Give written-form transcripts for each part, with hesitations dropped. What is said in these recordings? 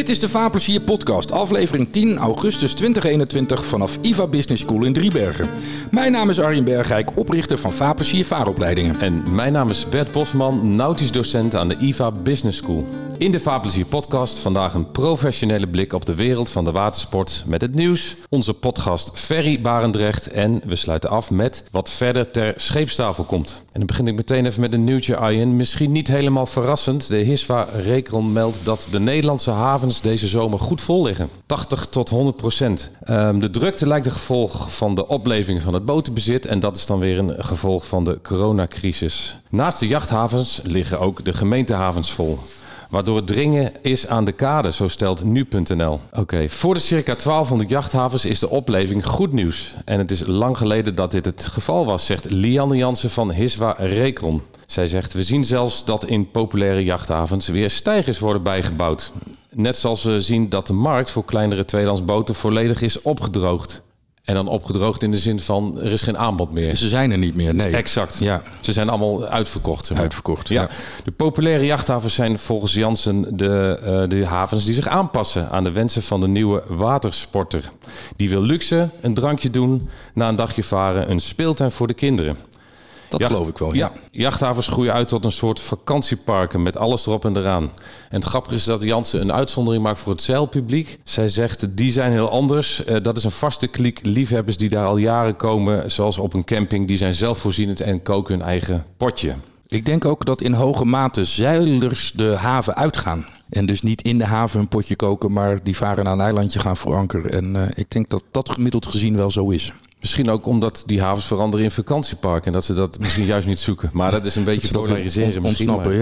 Dit is de Vaarplezier podcast, aflevering 10 augustus 2021 vanaf IVA Business School in Driebergen. Mijn naam is Arjen Bergijk, oprichter van Vaarplezier Vaaropleidingen. En mijn naam is Bert Bosman, nautisch docent aan de IVA Business School. In de Vaarplezier podcast vandaag een professionele blik op de wereld van de watersport met het nieuws, onze podcast Ferry Barendrecht en we sluiten af met wat verder ter scheepstafel komt. En dan begin ik meteen even met een nieuwtje, Arjen. Misschien niet helemaal verrassend. De Hiswa Recron meldt dat de Nederlandse havens deze zomer goed vol liggen. 80 tot 100%. De drukte lijkt een gevolg van de opleving van het botenbezit en dat is dan weer een gevolg van de coronacrisis. Naast de jachthavens liggen ook de gemeentehavens vol. Waardoor het dringen is aan de kade, zo stelt nu.nl. Oké, voor de circa 1200 jachthavens is de opleving goed nieuws. En het is lang geleden dat dit het geval was, zegt Lianne Jansen van Hiswa Recron. Zij zegt, we zien zelfs dat in populaire jachthavens weer steigers worden bijgebouwd. Net zoals we zien dat de markt voor kleinere tweedehands boten volledig is opgedroogd. En dan opgedroogd in de zin van, er is geen aanbod meer. Ze zijn er niet meer, nee. Exact. Ja. Ze zijn allemaal uitverkocht. Zeg maar. Uitverkocht, ja. ja. De populaire jachthavens zijn volgens Jansen de havens die zich aanpassen aan de wensen van de nieuwe watersporter. Die wil luxe, een drankje doen, na een dagje varen, een speeltuin voor de kinderen. Dat geloof ik wel, ja. Jachthavens groeien uit tot een soort vakantieparken met alles erop en eraan. En het grappige is dat Jansen een uitzondering maakt voor het zeilpubliek. Zij zegt, die zijn heel anders. Dat is een vaste kliek liefhebbers die daar al jaren komen, zoals op een camping. Die zijn zelfvoorzienend en koken hun eigen potje. Ik denk ook dat in hoge mate zeilers de haven uitgaan. En dus niet in de haven een potje koken, maar die varen naar een eilandje gaan voor anker. En ik denk dat dat gemiddeld gezien wel zo is. Misschien ook omdat die havens veranderen in vakantieparken en dat ze dat misschien juist niet zoeken. Maar dat is een beetje polariseren misschien. Ontsnappen,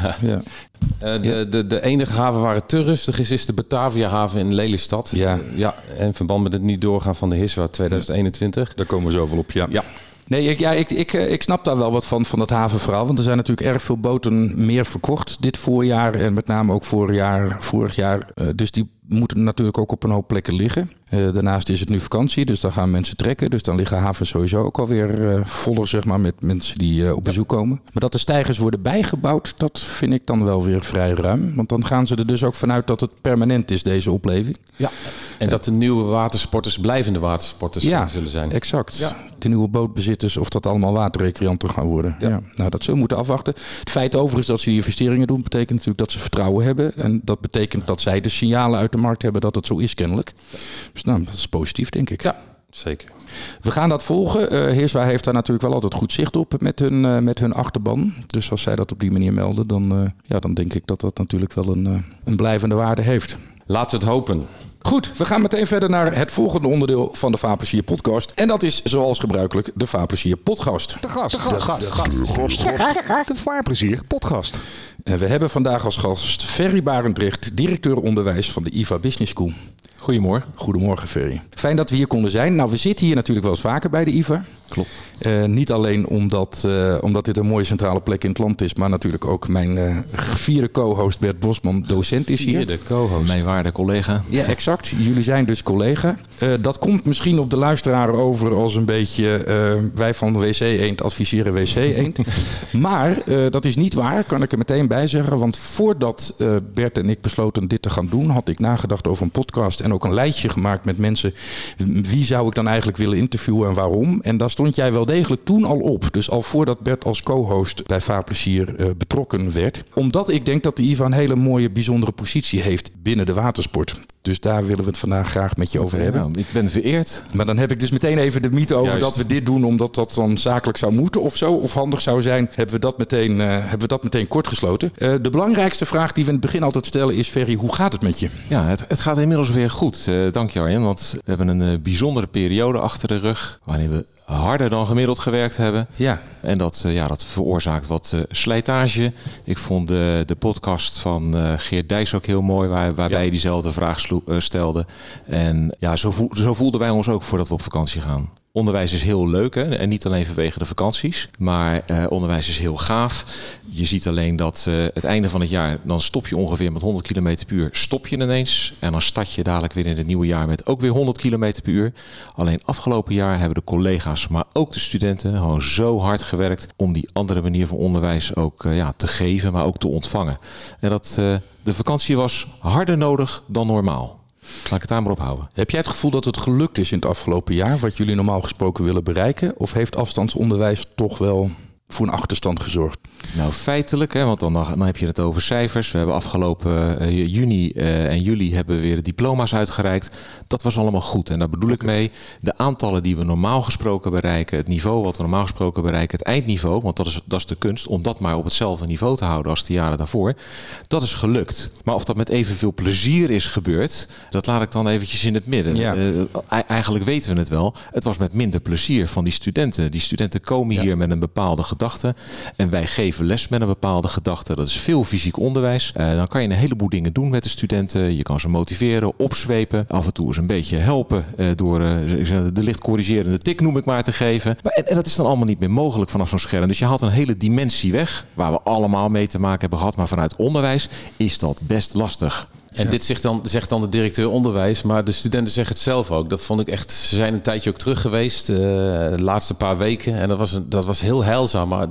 ja. De enige haven waar het te rustig is de Batavia-haven in Lelystad. Ja. En in verband met het niet doorgaan van de Hiswa 2021. Daar komen we zo wel op, ja. Nee, ik snap daar wel wat van dat havenverhaal. Want er zijn natuurlijk erg veel boten meer verkocht dit voorjaar. En met name ook vorig jaar. Dus die moeten natuurlijk ook op een hoop plekken liggen. Daarnaast is het nu vakantie, dus dan gaan mensen trekken. Dus dan liggen havens sowieso ook alweer voller, zeg maar, met mensen die op bezoek komen. Maar dat de steigers worden bijgebouwd, dat vind ik dan wel weer vrij ruim. Want dan gaan ze er dus ook vanuit dat het permanent is, deze opleving. Ja, en dat de nieuwe watersporters blijvende watersporters zullen zijn. Exact. Ja. De nieuwe bootbezitters, of dat allemaal waterrecreanten gaan worden. Ja. Nou, dat zullen we moeten afwachten. Het feit overigens dat ze die investeringen doen, betekent natuurlijk dat ze vertrouwen hebben. En dat betekent dat zij de signalen uit de markt hebben dat het zo is kennelijk. Dus nou, dat is positief, denk ik. Ja, zeker. We gaan dat volgen. Hiswa heeft daar natuurlijk wel altijd goed zicht op met hun achterban. Dus als zij dat op die manier melden, dan denk ik dat dat natuurlijk wel een blijvende waarde heeft. Laten we het hopen. Goed, we gaan meteen verder naar het volgende onderdeel van de Vaarplezier podcast. En dat is zoals gebruikelijk de Vaarplezier podcast. De Vaarplezier podcast. En we hebben vandaag als gast Ferry Barendrecht, directeur onderwijs van de IVA Business School. Goedemorgen. Goedemorgen, Ferry. Fijn dat we hier konden zijn. Nou, we zitten hier natuurlijk wel eens vaker bij de IVA. Klopt. Niet alleen omdat dit een mooie centrale plek in het land is, maar natuurlijk ook mijn vierde co-host Bert Bosman, docent, is hier. Vierde co-host. Mijn waarde collega. Ja, exact. Jullie zijn dus collega. Dat komt misschien op de luisteraar over als een beetje wij van WC Eend adviseren WC Eend. Maar dat is niet waar, kan ik er meteen bij zeggen. Want voordat Bert en ik besloten dit te gaan doen, had ik nagedacht over een podcast en ook een lijstje gemaakt met mensen. Wie zou ik dan eigenlijk willen interviewen en waarom? En daar stond jij wel degelijk toen al op. Dus al voordat Bert als co-host bij Vaarplezier betrokken werd. Omdat ik denk dat de IVA een hele mooie, bijzondere positie heeft binnen de watersport. Dus daar willen we het vandaag graag met je over hebben. Nou, ik ben vereerd. Maar dan heb ik dus meteen even de mythe over dat we dit doen omdat dat dan zakelijk zou moeten of zo. Of handig zou zijn. Hebben we dat meteen kort gesloten. De belangrijkste vraag die we in het begin altijd stellen is, Ferry, hoe gaat het met je? Ja, het gaat inmiddels weer goed. Dank je, Arjen. Want we hebben een bijzondere periode achter de rug. Waarin we harder dan gemiddeld gewerkt hebben. Ja. En dat veroorzaakt wat slijtage. Ik vond de podcast van Geert Dijks ook heel mooi. Waarbij je diezelfde vraag stelde. En ja, zo voelden wij ons ook voordat we op vakantie gaan. Onderwijs is heel leuk, hè? En niet alleen vanwege de vakanties. Maar onderwijs is heel gaaf. Je ziet alleen dat het einde van het jaar, dan stop je ongeveer met 100 km per uur. Stop je ineens. En dan start je dadelijk weer in het nieuwe jaar met ook weer 100 km per uur. Alleen afgelopen jaar hebben de collega's, maar ook de studenten gewoon zo hard gewerkt om die andere manier van onderwijs ook te geven, maar ook te ontvangen. En dat de vakantie was harder nodig dan normaal. Laat ik het daar maar op houden. Heb jij het gevoel dat het gelukt is in het afgelopen jaar, wat jullie normaal gesproken willen bereiken? Of heeft afstandsonderwijs toch wel voor een achterstand gezorgd? Nou, feitelijk, hè, want dan heb je het over cijfers. We hebben afgelopen juni en juli hebben we weer de diploma's uitgereikt. Dat was allemaal goed. En daar bedoel ik mee, de aantallen die we normaal gesproken bereiken, het niveau wat we normaal gesproken bereiken, het eindniveau, want dat is de kunst, om dat maar op hetzelfde niveau te houden als de jaren daarvoor. Dat is gelukt. Maar of dat met evenveel plezier is gebeurd, dat laat ik dan eventjes in het midden. Ja. Eigenlijk weten we het wel. Het was met minder plezier van die studenten. Die studenten komen hier met een bepaalde gedachte en wij geven les met een bepaalde gedachte. Dat is veel fysiek onderwijs. Dan kan je een heleboel dingen doen met de studenten. Je kan ze motiveren, opzwepen. Af en toe eens een beetje helpen door de licht corrigerende tik, noem ik maar, te geven. En dat is dan allemaal niet meer mogelijk vanaf zo'n scherm. Dus je haalt een hele dimensie weg, waar we allemaal mee te maken hebben gehad. Maar vanuit onderwijs is dat best lastig. En dit zegt dan de directeur onderwijs, maar de studenten zeggen het zelf ook. Dat vond ik echt, ze zijn een tijdje ook terug geweest, de laatste paar weken. En dat was heel heilzaam. Maar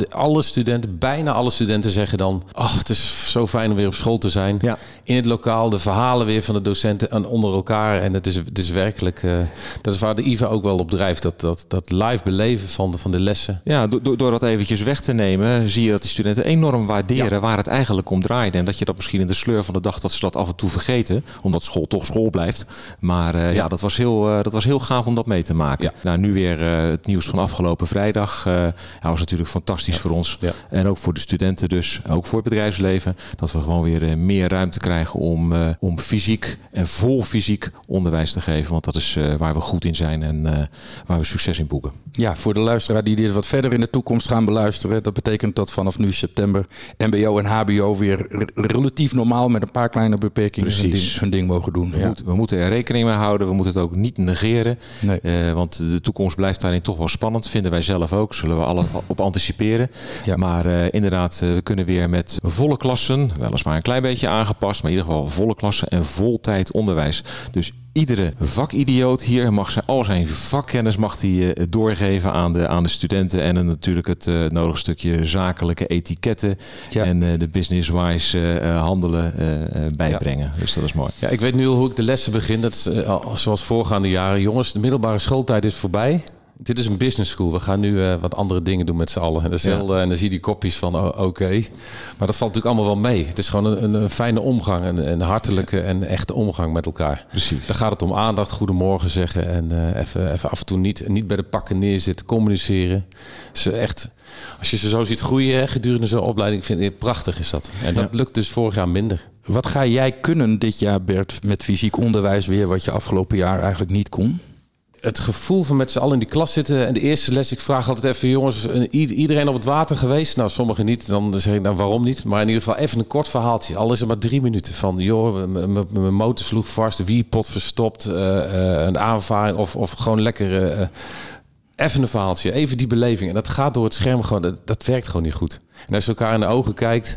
bijna alle studenten zeggen dan, het is zo fijn om weer op school te zijn. Ja. In het lokaal, de verhalen weer van de docenten en onder elkaar. En het is werkelijk, dat is waar de IVA ook wel op drijft. Dat live beleven van de lessen. Ja, door dat eventjes weg te nemen, zie je dat die studenten enorm waarderen waar het eigenlijk om draaide. En dat je dat misschien in de sleur van de dag, dat ze dat af en toe vergeten, omdat school toch school blijft. Maar dat was heel gaaf om dat mee te maken. Ja. Nou, nu weer het nieuws van afgelopen vrijdag. Was natuurlijk fantastisch voor ons. Ja. En ook voor de studenten dus. Ook voor het bedrijfsleven. Dat we gewoon weer meer ruimte krijgen om fysiek en vol fysiek onderwijs te geven. Want dat is waar we goed in zijn en waar we succes in boeken. Ja, voor de luisteraar die dit wat verder in de toekomst gaan beluisteren. Dat betekent dat vanaf nu september MBO en HBO weer relatief normaal met een paar kleine beperkingen hun ding mogen doen. We moeten er rekening mee houden. We moeten het ook niet negeren. Nee. Want de toekomst blijft daarin toch wel spannend. Vinden wij zelf ook. Zullen we alles op anticiperen. Ja. Maar inderdaad, we kunnen weer met volle klassen. Weliswaar een klein beetje aangepast. Maar in ieder geval volle klassen en voltijd onderwijs. Dus iedere vakidioot hier mag al zijn vakkennis doorgeven aan de studenten. En natuurlijk het nodige stukje zakelijke etiketten. Ja. En de business-wise handelen bijbrengen. Ja. Dus dat is mooi. Ja, ik weet nu al hoe ik de lessen begin. Dat is, zoals voorgaande jaren. Jongens, de middelbare schooltijd is voorbij. Dit is een business school. We gaan nu wat andere dingen doen met z'n allen. En dan zie je die kopjes van oké. Maar dat valt natuurlijk allemaal wel mee. Het is gewoon een fijne omgang. Een hartelijke en echte omgang met elkaar. Precies. Daar gaat het om aandacht, goedemorgen zeggen. En even af en toe niet bij de pakken neerzitten, communiceren. Echt, als je ze zo ziet groeien gedurende zo'n opleiding, vind ik prachtig is dat. En dat lukt dus vorig jaar minder. Wat ga jij kunnen dit jaar, Bert, met fysiek onderwijs weer, wat je afgelopen jaar eigenlijk niet kon? Het gevoel van met z'n allen in die klas zitten. En de eerste les, ik vraag altijd even, jongens, iedereen op het water geweest? Nou, sommigen niet. Dan zeg ik, nou, waarom niet? Maar in ieder geval even een kort verhaaltje. Al is het maar 3 minuten. Van, joh, mijn motor sloeg vast, de wierpot verstopt, een aanvaring of gewoon lekker... even een verhaaltje, even die beleving. En dat gaat door het scherm gewoon, dat werkt gewoon niet goed. En als je elkaar in de ogen kijkt...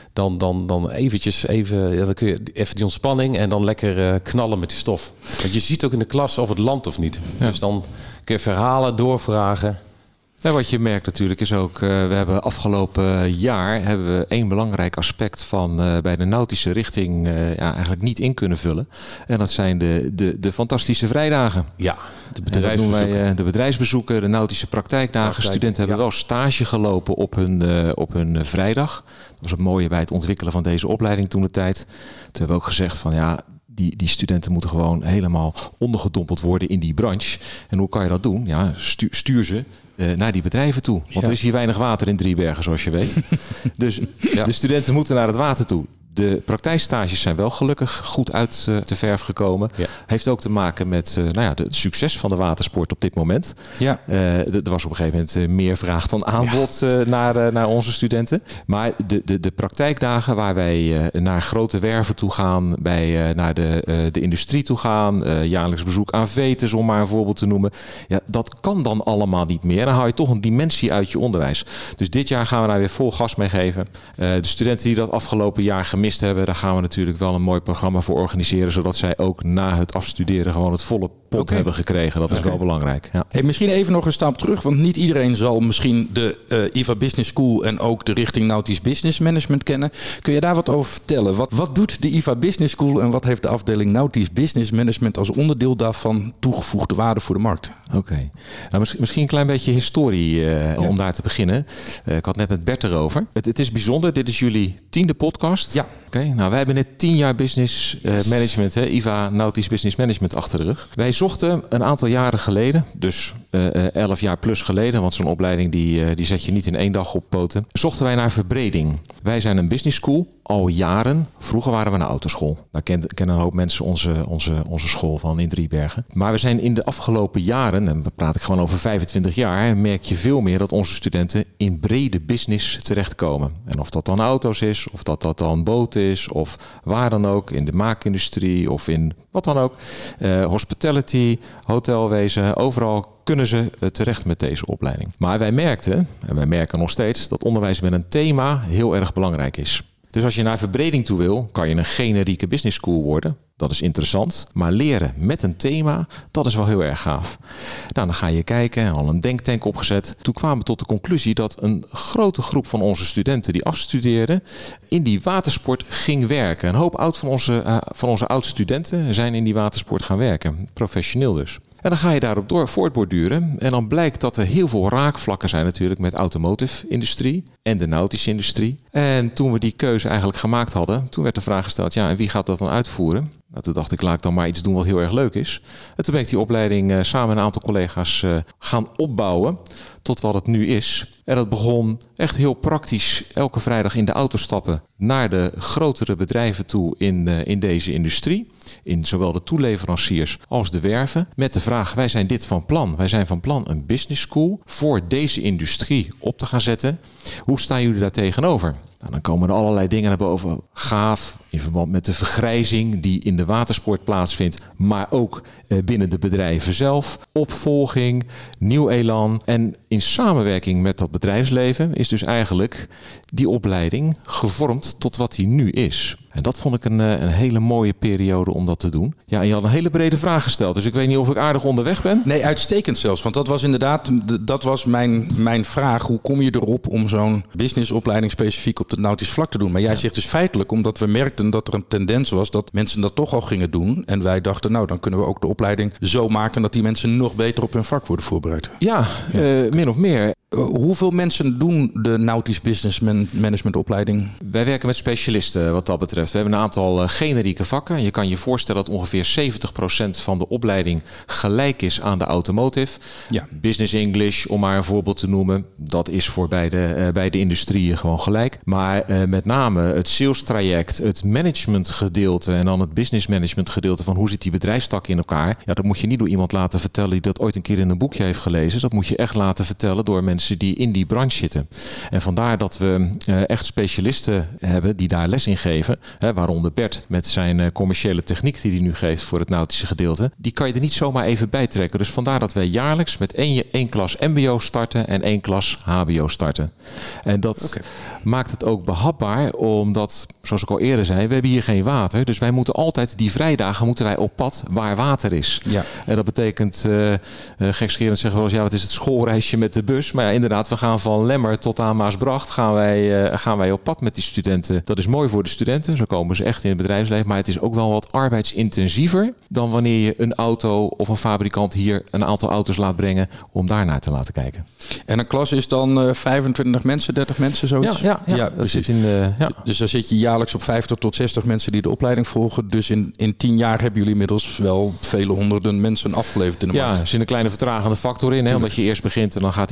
Dan eventjes dan kun je even die ontspanning en dan lekker knallen met die stof. Want je ziet ook in de klas of het landt of niet. Ja. Dus dan kun je verhalen, doorvragen. Ja, wat je merkt natuurlijk is ook, we hebben afgelopen jaar we 1 belangrijk aspect van bij de nautische richting eigenlijk niet in kunnen vullen. En dat zijn de fantastische vrijdagen. Ja, de bedrijfsbezoeken, de nautische praktijkdagen. Studenten hebben wel stage gelopen op hun vrijdag. Dat was het mooie bij het ontwikkelen van deze opleiding toen de tijd. Toen hebben we ook gezegd van die studenten moeten gewoon helemaal ondergedompeld worden in die branche. En hoe kan je dat doen? Ja, stuur ze naar die bedrijven toe. Want er is hier weinig water in Driebergen, zoals je weet. Dus de studenten moeten naar het water toe. De praktijkstages zijn wel gelukkig goed uit de verf gekomen. Ja. Heeft ook te maken met het succes van de watersport op dit moment. Ja. Er was op een gegeven moment meer vraag dan aanbod naar onze studenten. Maar de praktijkdagen waar wij naar grote werven toe gaan, naar de industrie toe gaan, jaarlijks bezoek aan Vetes, om maar een voorbeeld te noemen. Ja, dat kan dan allemaal niet meer. Dan haal je toch een dimensie uit je onderwijs. Dus dit jaar gaan we daar weer vol gas mee geven. De studenten die dat afgelopen jaar gemist hebben, daar gaan we natuurlijk wel een mooi programma voor organiseren, zodat zij ook na het afstuderen gewoon het volle pot hebben gekregen. Dat is wel belangrijk. Ja. Hey, misschien even nog een stap terug, want niet iedereen zal misschien de IVA Business School en ook de richting Nautisch Business Management kennen. Kun je daar wat over vertellen? Wat doet de IVA Business School en wat heeft de afdeling Nautisch Business Management als onderdeel daarvan toegevoegde waarde voor de markt? Oké. Nou, misschien een klein beetje historie om daar te beginnen. Ik had net met Bert erover. Het is bijzonder. Dit is jullie 10e podcast. Ja. Oké. Nou, wij hebben net 10 jaar business management, IVA Nautisch Business Management achter de rug. Wij zochten een aantal jaren geleden, dus 11 jaar plus geleden, want zo'n opleiding die zet je niet in 1 dag op poten, zochten wij naar verbreding. Wij zijn een business school, al jaren. Vroeger waren we een autoschool. Daar kennen een hoop mensen onze school van in Driebergen. Maar we zijn in de afgelopen jaren, en dan praat ik gewoon over 25 jaar, merk je veel meer dat onze studenten in brede business terechtkomen. En of dat dan auto's is, of dat dan boten is, of waar dan ook, in de maakindustrie of in wat dan ook. Hospitality, hotelwezen, overal kunnen ze terecht met deze opleiding. Maar wij merkten, en wij merken nog steeds, dat onderwijs met een thema heel erg belangrijk is. Dus als je naar verbreding toe wil, kan je een generieke business school worden. Dat is interessant. Maar leren met een thema, dat is wel heel erg gaaf. Nou, dan ga je kijken, al een denktank opgezet. Toen kwamen we tot de conclusie dat een grote groep van onze studenten die afstudeerden in die watersport ging werken. Een hoop van onze oud-studenten zijn in die watersport gaan werken. Professioneel dus. En dan ga je daarop voortborduren. En dan blijkt dat er heel veel raakvlakken zijn natuurlijk met automotive-industrie en de nautische industrie. En toen we die keuze eigenlijk gemaakt hadden, toen werd de vraag gesteld, ja, en wie gaat dat dan uitvoeren? Nou, toen dacht ik, laat ik dan maar iets doen wat heel erg leuk is. En toen ben ik die opleiding samen met een aantal collega's gaan opbouwen tot wat het nu is. En dat begon echt heel praktisch elke vrijdag in de auto stappen naar de grotere bedrijven toe in deze industrie. In zowel de toeleveranciers als de werven. Met de vraag, wij zijn dit van plan. Wij zijn van plan een business school voor deze industrie op te gaan zetten. Hoe staan jullie daar tegenover? Nou, dan komen er allerlei dingen naar boven. Gaaf, in verband met de vergrijzing die in de watersport plaatsvindt, maar ook binnen de bedrijven zelf. Opvolging, nieuw elan. En in samenwerking met dat bedrijfsleven is dus eigenlijk die opleiding gevormd tot wat die nu is. En dat vond ik een hele mooie periode om dat te doen. Ja, en je had een hele brede vraag gesteld. Dus ik weet niet of ik aardig onderweg ben. Nee, uitstekend zelfs. Want dat was inderdaad mijn vraag. Hoe kom je erop om zo'n businessopleiding specifiek op het nautisch vlak te doen? Maar jij zegt dus feitelijk, omdat we merkten dat er een tendens was dat mensen dat toch al gingen doen. En wij dachten, nou, dan kunnen we ook de opleiding zo maken dat die mensen nog beter op hun vak worden voorbereid. Ja, min of meer. Hoeveel mensen doen de Nautisch Business Management opleiding? Wij werken met specialisten wat dat betreft. We hebben een aantal generieke vakken. Je kan je voorstellen dat ongeveer 70% van de opleiding gelijk is aan de automotive. Ja. Business English, om maar een voorbeeld te noemen. Dat is voor beide industrieën gewoon gelijk. Maar met name het sales traject, het management gedeelte en dan het business management gedeelte van hoe zit die bedrijfstak in elkaar. Ja, dat moet je niet door iemand laten vertellen die dat ooit een keer in een boekje heeft gelezen. Dat moet je echt laten vertellen door mensen die in die branche zitten. En vandaar dat we echt specialisten hebben die daar les in geven. Waaronder Bert met zijn commerciële techniek die hij nu geeft voor het nautische gedeelte. Die kan je er niet zomaar even bij trekken. Dus vandaar dat wij jaarlijks met één klas mbo starten en 1 klas hbo starten. En dat maakt het ook behapbaar, omdat, zoals ik al eerder zei, we hebben hier geen water. Dus wij moeten altijd, die vrijdagen moeten wij op pad waar water is. Ja. En dat betekent, gekscherend zeggen we wel eens, ja, dat is het schoolreisje met de bus. Maar ja, inderdaad, we gaan van Lemmer tot aan Maasbracht gaan wij op pad met die studenten. Dat is mooi voor de studenten, zo komen ze echt in het bedrijfsleven. Maar het is ook wel wat arbeidsintensiever dan wanneer je een auto of een fabrikant hier een aantal auto's laat brengen om daarnaar te laten kijken. En een klas is dan 25 mensen, 30 mensen, zoiets? Ja, precies. Dus dan zit je jaarlijks op 50 tot 60 mensen die de opleiding volgen. Dus in 10 jaar hebben jullie inmiddels wel vele honderden mensen afgeleverd in de markt. Ja, er zit een kleine vertragende factor in. Omdat je eerst begint en dan gaat iemand via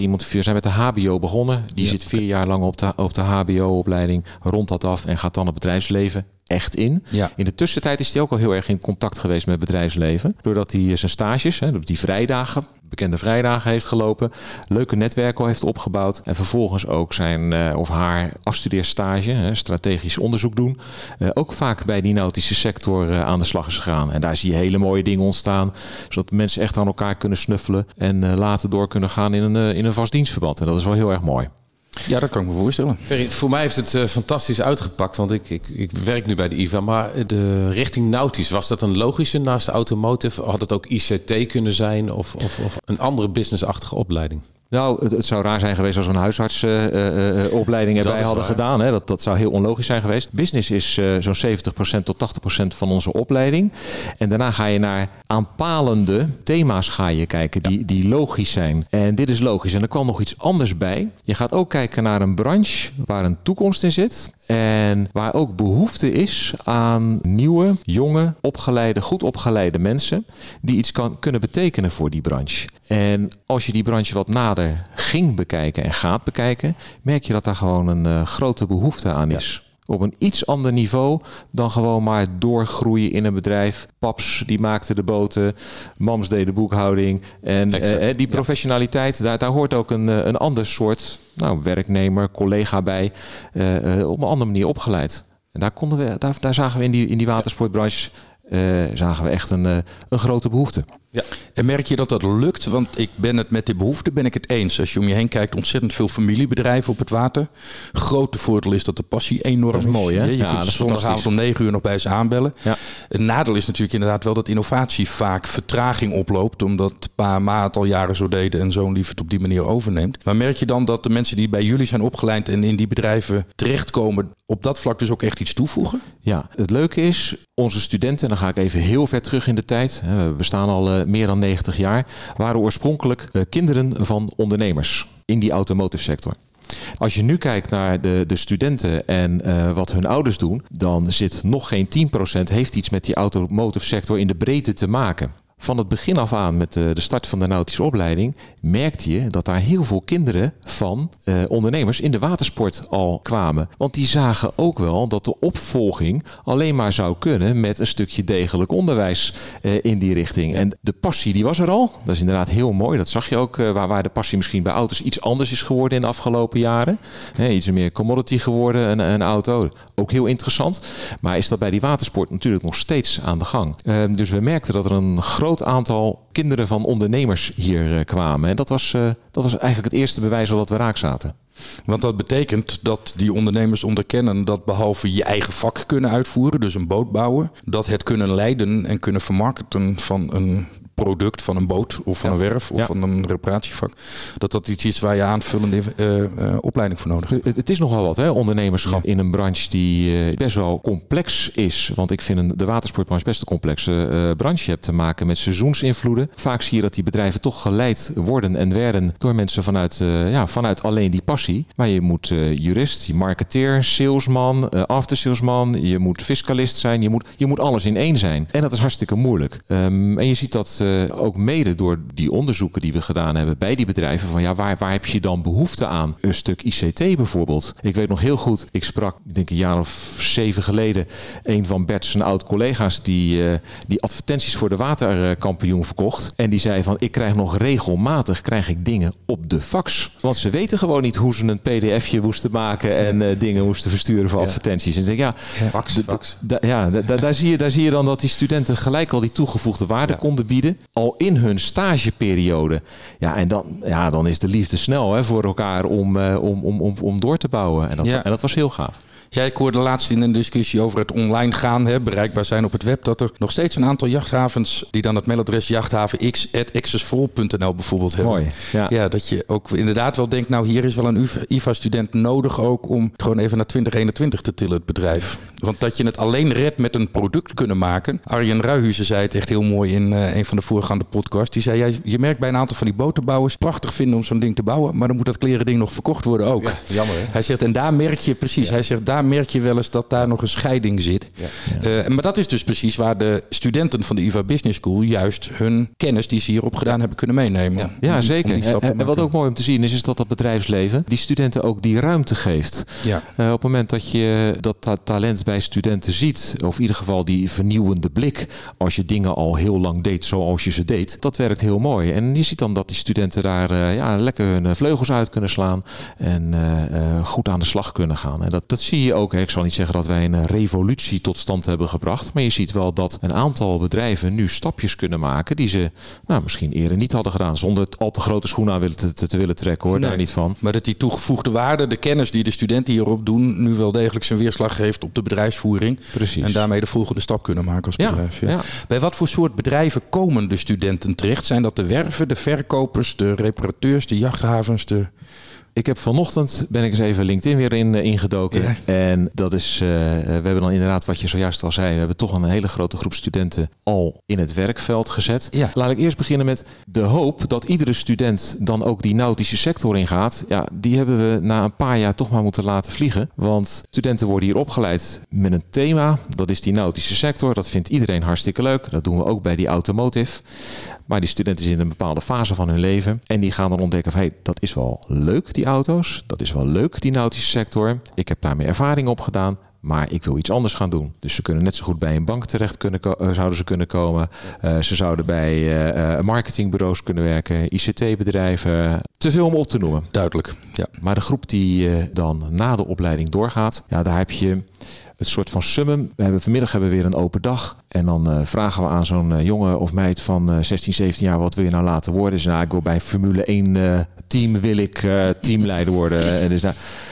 zijn met de HBO begonnen. Die zit 4 jaar lang op de HBO-opleiding, rondt dat af en gaat dan het bedrijfsleven echt in. Ja. In de tussentijd is hij ook al heel erg in contact geweest met het bedrijfsleven. Doordat hij zijn stages, die vrijdagen, bekende vrijdagen heeft gelopen. Leuke netwerken heeft opgebouwd. En vervolgens ook zijn of haar afstudeerstage, strategisch onderzoek doen. Ook vaak bij die nautische sector aan de slag is gegaan. En daar zie je hele mooie dingen ontstaan. Zodat mensen echt aan elkaar kunnen snuffelen. En later door kunnen gaan in een vast dienstverband. En dat is wel heel erg mooi. Ja, dat kan ik me voorstellen. Voor mij heeft het fantastisch uitgepakt. Want ik werk nu bij de IVA. Maar de richting nautisch, was dat een logische naast de automotive? Had het ook ICT kunnen zijn of een andere businessachtige opleiding? Nou, het zou raar zijn geweest als we een huisartsopleiding erbij hadden gedaan. Hè. Dat zou heel onlogisch zijn geweest. Business is zo'n 70% tot 80% van onze opleiding. En daarna ga je naar aanpalende thema's kijken die logisch zijn. En dit is logisch. En er kwam nog iets anders bij. Je gaat ook kijken naar een branche waar een toekomst in zit. En waar ook behoefte is aan nieuwe, jonge, goed opgeleide mensen die iets kunnen betekenen voor die branche. En als je die branche wat nader ging bekijken en gaat bekijken, merk je dat daar gewoon een grote behoefte aan is. Ja. Op een iets ander niveau dan gewoon maar doorgroeien in een bedrijf. Paps, die maakten de boten. Mams deden de boekhouding. En die professionaliteit, daar hoort ook een ander soort werknemer, collega bij. Op een andere manier opgeleid. En daar zagen we in die watersportbranche zagen we echt een grote behoefte. Ja. En merk je dat dat lukt? Want ik ben het met die behoefte eens. Als je om je heen kijkt, ontzettend veel familiebedrijven op het water. Grote voordeel is dat de passie enorm is. Mooi, hè? Je kunt zondagavond om 9 uur nog bij ze aanbellen. Ja. Het nadeel is natuurlijk inderdaad wel dat innovatie vaak vertraging oploopt. Omdat pa en ma het al jaren zo deden en zoon liever het op die manier overneemt. Maar merk je dan dat de mensen die bij jullie zijn opgeleid en in die bedrijven terechtkomen, op dat vlak dus ook echt iets toevoegen? Ja, het leuke is, onze studenten, dan ga ik even heel ver terug in de tijd. We bestaan al meer dan 90 jaar, waren oorspronkelijk kinderen van ondernemers in die automotive sector. Als je nu kijkt naar de studenten en wat hun ouders doen, dan zit nog geen 10% heeft iets met die automotive sector in de breedte te maken. Van het begin af aan met de start van de nautische opleiding merkte je dat daar heel veel kinderen van ondernemers in de watersport al kwamen. Want die zagen ook wel dat de opvolging alleen maar zou kunnen met een stukje degelijk onderwijs in die richting. En de passie die was er al. Dat is inderdaad heel mooi. Dat zag je ook waar de passie misschien bij auto's iets anders is geworden in de afgelopen jaren. Iets meer commodity geworden, een auto. Ook heel interessant. Maar is dat bij die watersport natuurlijk nog steeds aan de gang. Dus we merkten dat er een groot aantal kinderen van ondernemers hier kwamen. En dat was eigenlijk het eerste bewijs al dat we raak zaten. Want dat betekent dat die ondernemers onderkennen dat behalve je eigen vak kunnen uitvoeren, dus een boot bouwen, dat het kunnen leiden en kunnen vermarkten van een product, van een boot of van een werf of van een reparatievak, dat iets is waar je aanvullende opleiding voor nodig hebt. Het is nogal wat, hè, ondernemerschap in een branche die best wel complex is. Want ik vind de watersportbranche best een complexe branche. Je hebt te maken met seizoensinvloeden. Vaak zie je dat die bedrijven toch geleid worden en werden door mensen vanuit alleen die passie. Maar je moet jurist, je marketeer, salesman, aftersalesman, je moet fiscalist zijn, je moet alles in één zijn. En dat is hartstikke moeilijk. En je ziet dat ook mede door die onderzoeken die we gedaan hebben bij die bedrijven van waar heb je dan behoefte aan? Een stuk ICT bijvoorbeeld. Ik weet nog heel goed, ik sprak denk een jaar of 7 geleden een van Bert's oud-collega's die advertenties voor de waterkampioen verkocht. En die zei van ik krijg nog regelmatig dingen op de fax. Want ze weten gewoon niet hoe ze een pdfje moesten maken en dingen moesten versturen voor advertenties. En ik denk fax. Daar zie je dan dat die studenten gelijk al die toegevoegde waarde konden bieden. Al in hun stageperiode. Ja, en dan is de liefde snel voor elkaar om door te bouwen. En dat was heel gaaf. Ja, ik hoorde laatst in een discussie over het online gaan, bereikbaar zijn op het web, dat er nog steeds een aantal jachthavens die dan het mailadres jachthavenx@accessful.nl bijvoorbeeld hebben. Mooi. Ja, dat je ook inderdaad wel denkt, nou hier is wel een IVA-student nodig ook om het gewoon even naar 2021 te tillen, het bedrijf. Want dat je het alleen redt met een product kunnen maken. Arjen Ruijhuizen zei het echt heel mooi in een van de voorgaande podcasts. Die zei, je merkt bij een aantal van die botenbouwers prachtig vinden om zo'n ding te bouwen, maar dan moet dat kleren ding nog verkocht worden ook. Ja, jammer hè? Hij zegt, en daar merk je precies, hij zegt, daar daar merk je wel eens dat daar nog een scheiding zit. Ja. Maar dat is dus precies waar de studenten van de IVA Business School juist hun kennis die ze hier opgedaan hebben kunnen meenemen. Ja, zeker. En wat ook mooi om te zien is dat bedrijfsleven die studenten ook die ruimte geeft. Ja. Op het moment dat je dat talent bij studenten ziet, of in ieder geval die vernieuwende blik, als je dingen al heel lang deed zoals je ze deed, dat werkt heel mooi. En je ziet dan dat die studenten daar lekker hun vleugels uit kunnen slaan en goed aan de slag kunnen gaan. En dat zie je ook. Ik zal niet zeggen dat wij een revolutie tot stand hebben gebracht, maar je ziet wel dat een aantal bedrijven nu stapjes kunnen maken die ze misschien eerder niet hadden gedaan, zonder het al te grote schoenen aan te willen trekken, hoor. Nee, daar niet van. Maar dat die toegevoegde waarde, de kennis die de studenten hierop doen, nu wel degelijk zijn weerslag geeft op de bedrijfsvoering. Precies. En daarmee de volgende stap kunnen maken als bedrijf. Ja. Bij wat voor soort bedrijven komen de studenten terecht? Zijn dat de werven, de verkopers, de reparateurs, de jachthavens, Ik heb vanochtend ben ik eens even LinkedIn weer ingedoken. Ja. En dat is, we hebben dan inderdaad wat je zojuist al zei. We hebben toch een hele grote groep studenten al in het werkveld gezet. Ja. Laat ik eerst beginnen met de hoop dat iedere student dan ook die nautische sector ingaat. Ja, die hebben we na een paar jaar toch maar moeten laten vliegen. Want studenten worden hier opgeleid met een thema. Dat is die nautische sector. Dat vindt iedereen hartstikke leuk. Dat doen we ook bij die automotive. Maar die studenten zitten in een bepaalde fase van hun leven. En die gaan dan ontdekken van, dat is wel leuk, die auto's. Dat is wel leuk, die nautische sector. Ik heb daarmee ervaring opgedaan. Maar ik wil iets anders gaan doen. Dus ze kunnen net zo goed bij een bank terecht zouden ze kunnen komen. Ze zouden bij marketingbureaus kunnen werken. ICT-bedrijven. Te veel om op te noemen. Duidelijk, ja. Maar de groep die dan na de opleiding doorgaat. Ja, daar heb je het soort van summum. Vanmiddag hebben we weer een open dag. En dan vragen we aan zo'n jongen of meid van 16, 17 jaar, wat wil je nou laten worden? Dus ik wil bij Formule 1 team wil ik teamleider worden. En dus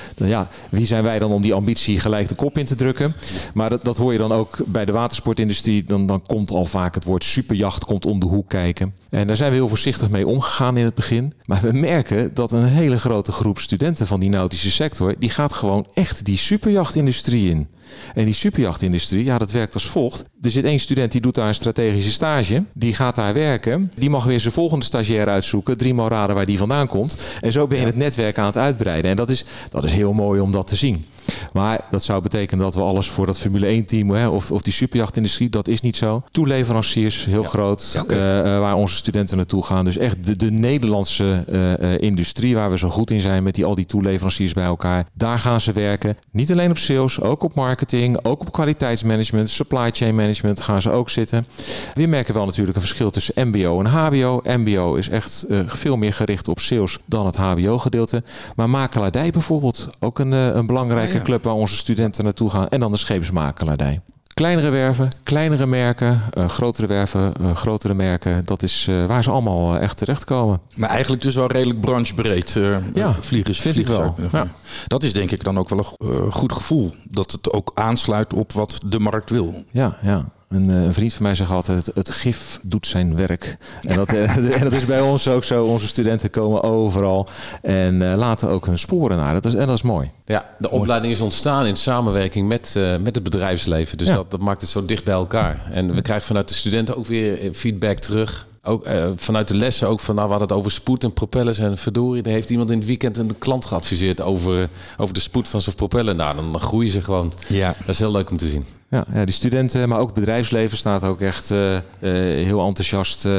wie zijn wij dan om die ambitie gelijk de kop in te drukken? Maar dat hoor je dan ook bij de watersportindustrie. Dan komt al vaak het woord superjacht komt om de hoek kijken. En daar zijn we heel voorzichtig mee omgegaan in het begin. Maar we merken dat een hele grote groep studenten van die nautische sector, die gaat gewoon echt die superjachtindustrie in. En die superjachtindustrie, dat werkt als volgt. Er zit 1 student die doet daar een strategische stage. Die gaat daar werken. Die mag weer zijn volgende stagiair uitzoeken. 3 maal raden waar die vandaan komt. En zo ben je het netwerk aan het uitbreiden. En dat is heel mooi om dat te zien. Maar dat zou betekenen dat we alles voor dat Formule 1 team of die superjachtindustrie, dat is niet zo. Toeleveranciers, heel groot, waar onze studenten naartoe gaan. Dus echt de Nederlandse industrie waar we zo goed in zijn met al die toeleveranciers bij elkaar. Daar gaan ze werken. Niet alleen op sales, ook op marketing, ook op kwaliteitsmanagement, supply chain management gaan ze ook zitten. We merken wel natuurlijk een verschil tussen MBO en HBO. MBO is echt veel meer gericht op sales dan het HBO gedeelte. Maar makelaardij bijvoorbeeld, ook een belangrijke club waar onze studenten naartoe gaan. En dan de scheepsmakelaardij. Kleinere werven, kleinere merken, grotere werven, grotere merken. Dat is waar ze allemaal echt terechtkomen. Maar eigenlijk dus wel redelijk branchebreed. Vliegers, vind ik wel. Ja. Dat is denk ik dan ook wel een goed gevoel. Dat het ook aansluit op wat de markt wil. Ja. Een vriend van mij zegt altijd, het gif doet zijn werk. En dat is bij ons ook zo. Onze studenten komen overal en laten ook hun sporen na. Dat is mooi. Ja, de opleiding is ontstaan in samenwerking met het bedrijfsleven. Dus dat maakt het zo dicht bij elkaar. En we krijgen vanuit de studenten ook weer feedback terug. Ook vanuit de lessen ook van, we hadden het over spoed en propellers en verdorie. Daar heeft iemand in het weekend een klant geadviseerd over de spoed van zijn propeller. Dan groeien ze gewoon. Ja. Dat is heel leuk om te zien. Ja, die studenten, maar ook het bedrijfsleven staat ook echt heel enthousiast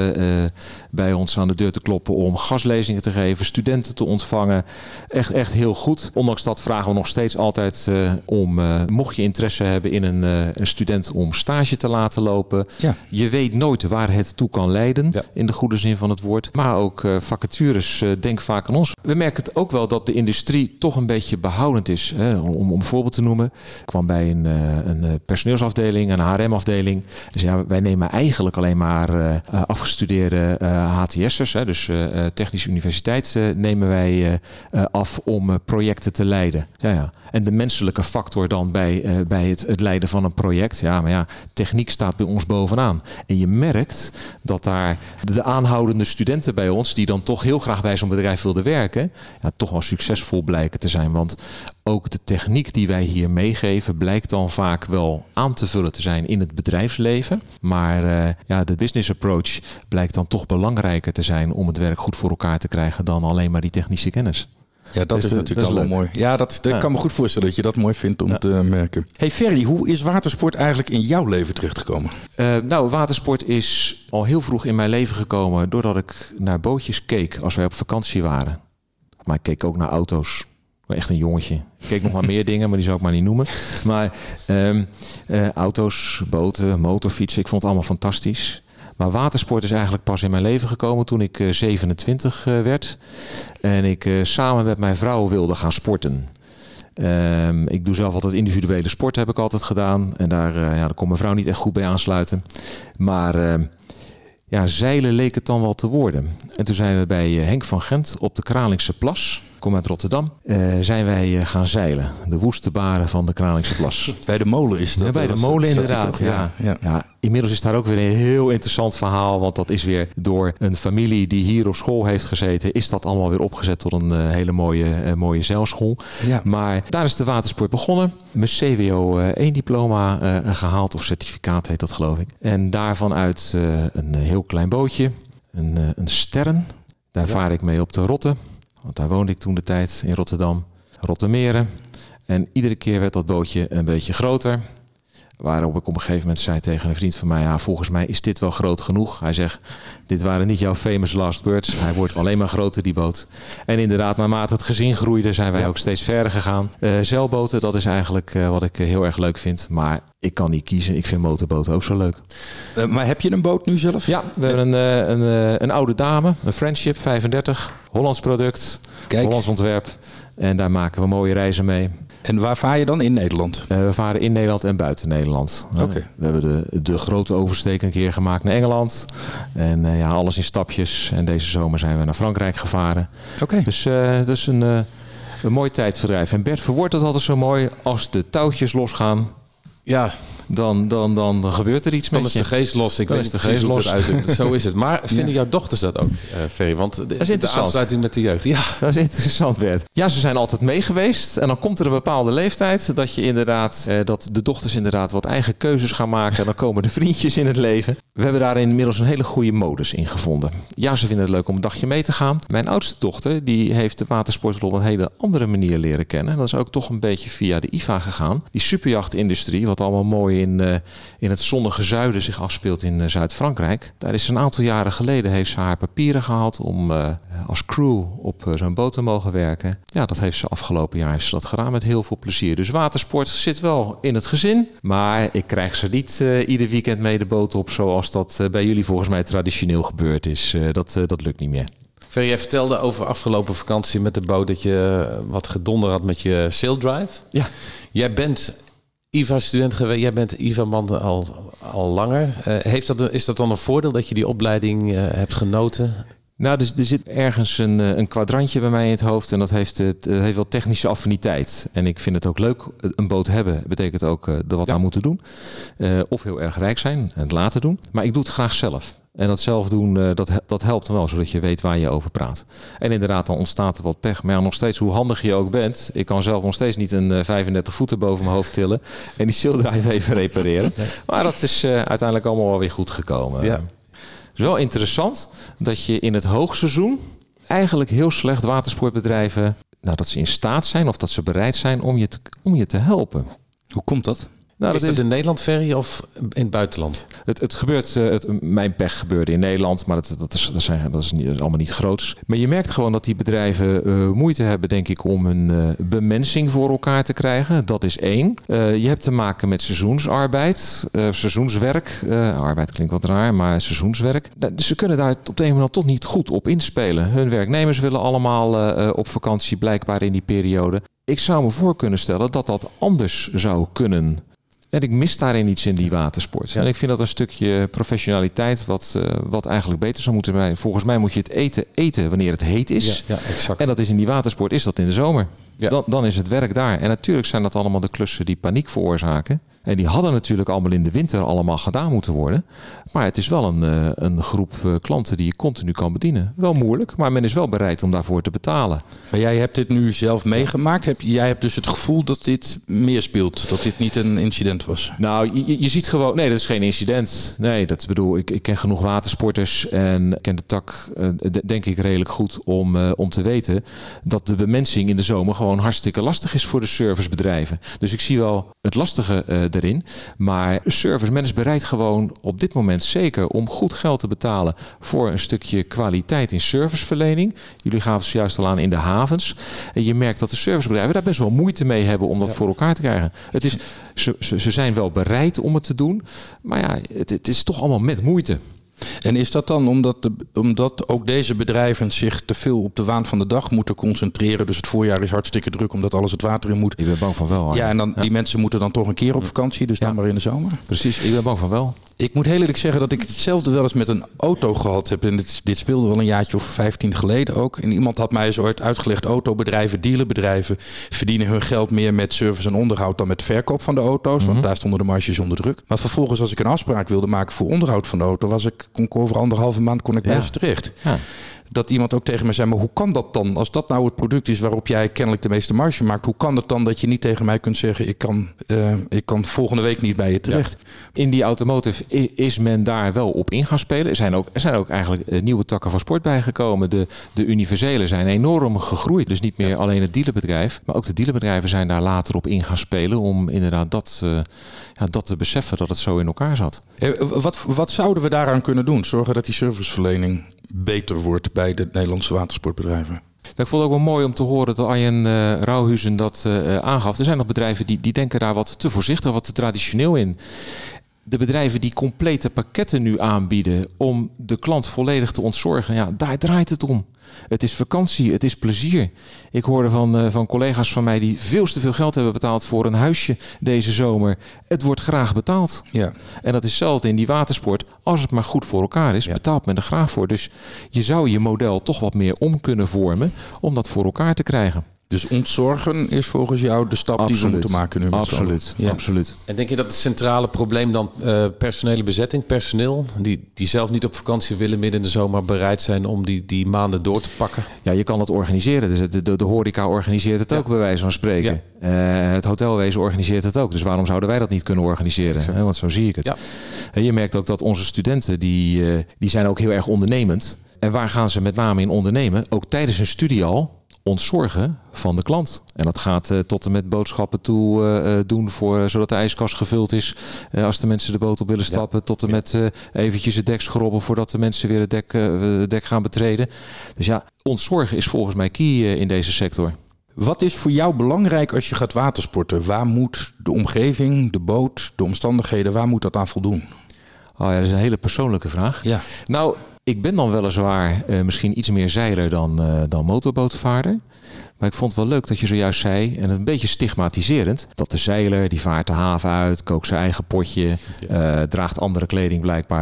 bij ons aan de deur te kloppen om gastlezingen te geven, studenten te ontvangen. Echt heel goed. Ondanks dat vragen we nog steeds altijd om, mocht je interesse hebben in een student om stage te laten lopen. Ja. Je weet nooit waar het toe kan leiden, in de goede zin van het woord. Maar ook vacatures, denk vaak aan ons. We merken het ook wel dat de industrie toch een beetje behoudend is. Om een voorbeeld te noemen. Ik kwam bij een personeelsafdeling, een HRM-afdeling. Dus wij nemen eigenlijk alleen maar afgestudeerde HTS'ers. Dus Technische Universiteit nemen wij af om projecten te leiden. Ja. En de menselijke factor dan bij het leiden van een project. Maar techniek staat bij ons bovenaan. En je merkt dat daar de aanhoudende studenten bij ons, die dan toch heel graag bij zo'n bedrijf wilden werken, toch wel succesvol blijken te zijn. Want ook de techniek die wij hier meegeven blijkt dan vaak wel aan te vullen te zijn in het bedrijfsleven. Maar de business approach blijkt dan toch belangrijker te zijn om het werk goed voor elkaar te krijgen dan alleen maar die technische kennis. Ja, dat is natuurlijk al mooi. Ja, ik kan me goed voorstellen dat je dat mooi vindt om te merken. Hey Ferry, hoe is watersport eigenlijk in jouw leven terechtgekomen? Watersport is al heel vroeg in mijn leven gekomen doordat ik naar bootjes keek als wij op vakantie waren. Maar ik keek ook naar auto's. Echt een jongetje. Ik keek nog maar meer dingen, maar die zou ik maar niet noemen. Maar auto's, boten, motorfietsen, ik vond het allemaal fantastisch. Maar watersport is eigenlijk pas in mijn leven gekomen toen ik 27 werd. En ik samen met mijn vrouw wilde gaan sporten. Ik doe zelf altijd individuele sport, heb ik altijd gedaan. En daar kon mijn vrouw niet echt goed bij aansluiten. Maar zeilen leek het dan wel te worden. En toen zijn we bij Henk van Gent op de Kralingse Plas. Ik kom uit Rotterdam. Zijn wij gaan zeilen. De woeste baren van de Kralingse Plas. Bij de molen is dat? Ja, bij de molen inderdaad. Ja, inmiddels is daar ook weer een heel interessant verhaal. Want dat is weer door een familie die hier op school heeft gezeten. Is dat allemaal weer opgezet tot een hele mooie zeilschool. Ja. Maar daar is de watersport begonnen. Mijn CWO 1 diploma gehaald. Of certificaat heet dat geloof ik. En daarvan uit een heel klein bootje. Een Stern. Daar vaar ik mee op de Rotte. Want daar woonde ik toen de tijd in Rotterdam. Rottemeren. En iedere keer werd dat bootje een beetje groter. Waarop ik op een gegeven moment zei tegen een vriend van mij... volgens mij is dit wel groot genoeg. Hij zegt, dit waren niet jouw famous last words. Hij wordt alleen maar groter, die boot. En inderdaad, naarmate het gezin groeide... zijn wij ook steeds verder gegaan. Zeilboten, dat is eigenlijk wat ik heel erg leuk vind. Maar ik kan niet kiezen. Ik vind motorboten ook zo leuk. Maar heb je een boot nu zelf? Ja, we hebben een oude dame. Een Friendship 35. Hollands product. Kijk. Hollands ontwerp. En daar maken we mooie reizen mee. En waar vaar je dan in Nederland? We varen in Nederland en buiten Nederland. Okay. We hebben de grote oversteek een keer gemaakt naar Engeland. En alles in stapjes. En deze zomer zijn we naar Frankrijk gevaren. Okay. Dus dat is een mooi tijdverdrijf. En Bert verwoordt het altijd zo mooi. Als de touwtjes losgaan... Ja, dan gebeurt er iets met je. Dan is de geest los. Ik weet niet precies hoe het eruit. Zo is het. Maar vinden jouw dochters dat ook, Ferry? Want de aansluiting met de jeugd. Ja, dat is interessant, Bert. Ja, ze zijn altijd mee geweest. En dan komt er een bepaalde leeftijd dat je inderdaad, dat de dochters inderdaad wat eigen keuzes gaan maken. En dan komen de vriendjes in het leven. We hebben daar inmiddels een hele goede modus in gevonden. Ja, ze vinden het leuk om een dagje mee te gaan. Mijn oudste dochter, die heeft de watersport op een hele andere manier leren kennen. En dat is ook toch een beetje via de IVA gegaan. Die superjachtindustrie, wat allemaal mooi in het zonnige zuiden zich afspeelt in Zuid-Frankrijk. Daar is een aantal jaren geleden heeft ze haar papieren gehad om als crew op zo'n boot te mogen werken. Ja, dat heeft ze afgelopen jaar gedaan met heel veel plezier. Dus watersport zit wel in het gezin, maar ik krijg ze niet ieder weekend mee de boot op zoals dat bij jullie volgens mij traditioneel gebeurd is. Dat lukt niet meer. Ferry, jij vertelde over afgelopen vakantie met de boot dat je wat gedonder had met je saildrive. Ja. Jij bent IVA-student geweest. Jij bent IVA-man al langer. Is dat dan een voordeel dat je die opleiding hebt genoten? Nou, dus er zit ergens een kwadrantje bij mij in het hoofd en dat heeft wel technische affiniteit. En ik vind het ook leuk. Een boot hebben betekent ook er wat aan moeten doen. Of heel erg rijk zijn en het laten doen. Maar ik doe het graag zelf. En dat zelf doen, dat helpt wel, zodat je weet waar je over praat. En inderdaad, dan ontstaat er wat pech. Maar ja, nog steeds, hoe handig je ook bent. Ik kan zelf nog steeds niet een 35 voeter boven mijn hoofd tillen. En die saildrive even repareren. Nee. Maar dat is uiteindelijk allemaal wel weer goed gekomen. Ja. Het is wel interessant dat je in het hoogseizoen eigenlijk heel slecht watersportbedrijven, dat ze in staat zijn of dat ze bereid zijn om je te helpen. Hoe komt dat? Nou, is dat in Nederland, Ferry, of in het buitenland? Het gebeurt, mijn pech gebeurde in Nederland, maar dat is allemaal niet groots. Maar je merkt gewoon dat die bedrijven moeite hebben, denk ik, om een bemensing voor elkaar te krijgen. Dat is één. Je hebt te maken met seizoensarbeid, seizoenswerk. Arbeid klinkt wat raar, maar seizoenswerk. Ze kunnen daar op de een manier toch niet goed op inspelen. Hun werknemers willen allemaal op vakantie, blijkbaar in die periode. Ik zou me voor kunnen stellen dat dat anders zou kunnen. En ik mis daarin iets in die watersport. Ja. En ik vind dat een stukje professionaliteit wat eigenlijk beter zou moeten zijn. Volgens mij moet je het eten wanneer het heet is. Ja, exact. En dat is in die watersport is dat in de zomer. Ja. Dan is het werk daar. En natuurlijk zijn dat allemaal de klussen die paniek veroorzaken. En die hadden natuurlijk allemaal in de winter allemaal gedaan moeten worden. Maar het is wel een groep klanten die je continu kan bedienen. Wel moeilijk, maar men is wel bereid om daarvoor te betalen. Maar jij hebt dit nu zelf meegemaakt. Jij hebt dus het gevoel dat dit meer speelt. Dat dit niet een incident was. Nou, je ziet gewoon... Nee, dat is geen incident. Nee, dat bedoel, ik ken genoeg watersporters en ken de tak denk ik redelijk goed om te weten dat de bemensing in de zomer gewoon hartstikke lastig is voor de servicebedrijven. Dus ik zie wel het lastige erin. Maar men is bereid gewoon op dit moment zeker om goed geld te betalen voor een stukje kwaliteit in serviceverlening. Jullie gaven het juist al aan in de havens. En je merkt dat de servicebedrijven daar best wel moeite mee hebben om dat voor elkaar te krijgen. Het is, ze zijn wel bereid om het te doen, maar ja, het is toch allemaal met moeite. En is dat dan omdat ook deze bedrijven zich te veel op de waan van de dag moeten concentreren? Dus het voorjaar is hartstikke druk omdat alles het water in moet. Ik ben bang van wel. Ja, en dan die mensen moeten dan toch een keer op vakantie, dus dan maar in de zomer. Precies, ik ben bang van wel. Ik moet heel eerlijk zeggen dat ik hetzelfde wel eens met een auto gehad heb. En dit speelde wel een jaartje of 15 geleden ook. En iemand had mij zo ooit uitgelegd, autobedrijven, dealerbedrijven verdienen hun geld meer met service en onderhoud dan met verkoop van de auto's. Want daar stonden de marges onder druk. Maar vervolgens als ik een afspraak wilde maken voor onderhoud van de auto, kon ik over 1,5 maand bij ze terecht. Ja. Dat iemand ook tegen mij zei, maar hoe kan dat dan? Als dat nou het product is waarop jij kennelijk de meeste marge maakt, hoe kan het dan dat je niet tegen mij kunt zeggen, ik kan volgende week niet bij je terecht? Ja. In die automotive is men daar wel op in gaan spelen. Er zijn ook eigenlijk nieuwe takken van sport bijgekomen. De universele zijn enorm gegroeid. Dus niet meer alleen het dealerbedrijf, maar ook de dealerbedrijven zijn daar later op in gaan spelen om inderdaad dat te beseffen dat het zo in elkaar zat. Wat zouden we daaraan kunnen doen? Zorgen dat die serviceverlening beter wordt bij de Nederlandse watersportbedrijven? Ik vond het ook wel mooi om te horen dat Arjen Rauhuizen dat aangaf. Er zijn nog bedrijven die denken daar wat te voorzichtig, wat te traditioneel in. De bedrijven die complete pakketten nu aanbieden om de klant volledig te ontzorgen, ja, daar draait het om. Het is vakantie, het is plezier. Ik hoorde van collega's van mij die veel te veel geld hebben betaald voor een huisje deze zomer. Het wordt graag betaald. Ja. En dat is hetzelfde in die watersport. Als het maar goed voor elkaar is, betaalt men er graag voor. Dus je zou je model toch wat meer om kunnen vormen om dat voor elkaar te krijgen. Dus ontzorgen is volgens jou de stap die we moeten maken nu. Absoluut. En denk je dat het centrale probleem dan personele bezetting, personeel, die zelf niet op vakantie willen midden in de zomer bereid zijn om die maanden door te pakken? Ja, je kan het organiseren. Dus de horeca organiseert het ook bij wijze van spreken. Ja. Het hotelwezen organiseert het ook. Dus waarom zouden wij dat niet kunnen organiseren? Want zo zie ik het. Ja. En je merkt ook dat onze studenten, die zijn ook heel erg ondernemend. En waar gaan ze met name in ondernemen? Ook tijdens hun studie al. Ontzorgen van de klant. En dat gaat tot en met boodschappen toe doen zodat de ijskast gevuld is. Als de mensen de boot op willen stappen. Tot en met eventjes het dek schrobben voordat de mensen weer het dek gaan betreden. Dus ja, ontzorgen is volgens mij key in deze sector. Wat is voor jou belangrijk als je gaat watersporten? Waar moet de omgeving, de boot, de omstandigheden, waar moet dat aan voldoen? Oh ja, dat is een hele persoonlijke vraag. Ja. Nou, ik ben dan weliswaar misschien iets meer zeiler dan motorbootvaarder. Maar ik vond het wel leuk dat je zojuist zei, en een beetje stigmatiserend, dat de zeiler die vaart de haven uit, kookt zijn eigen potje, draagt andere kleding blijkbaar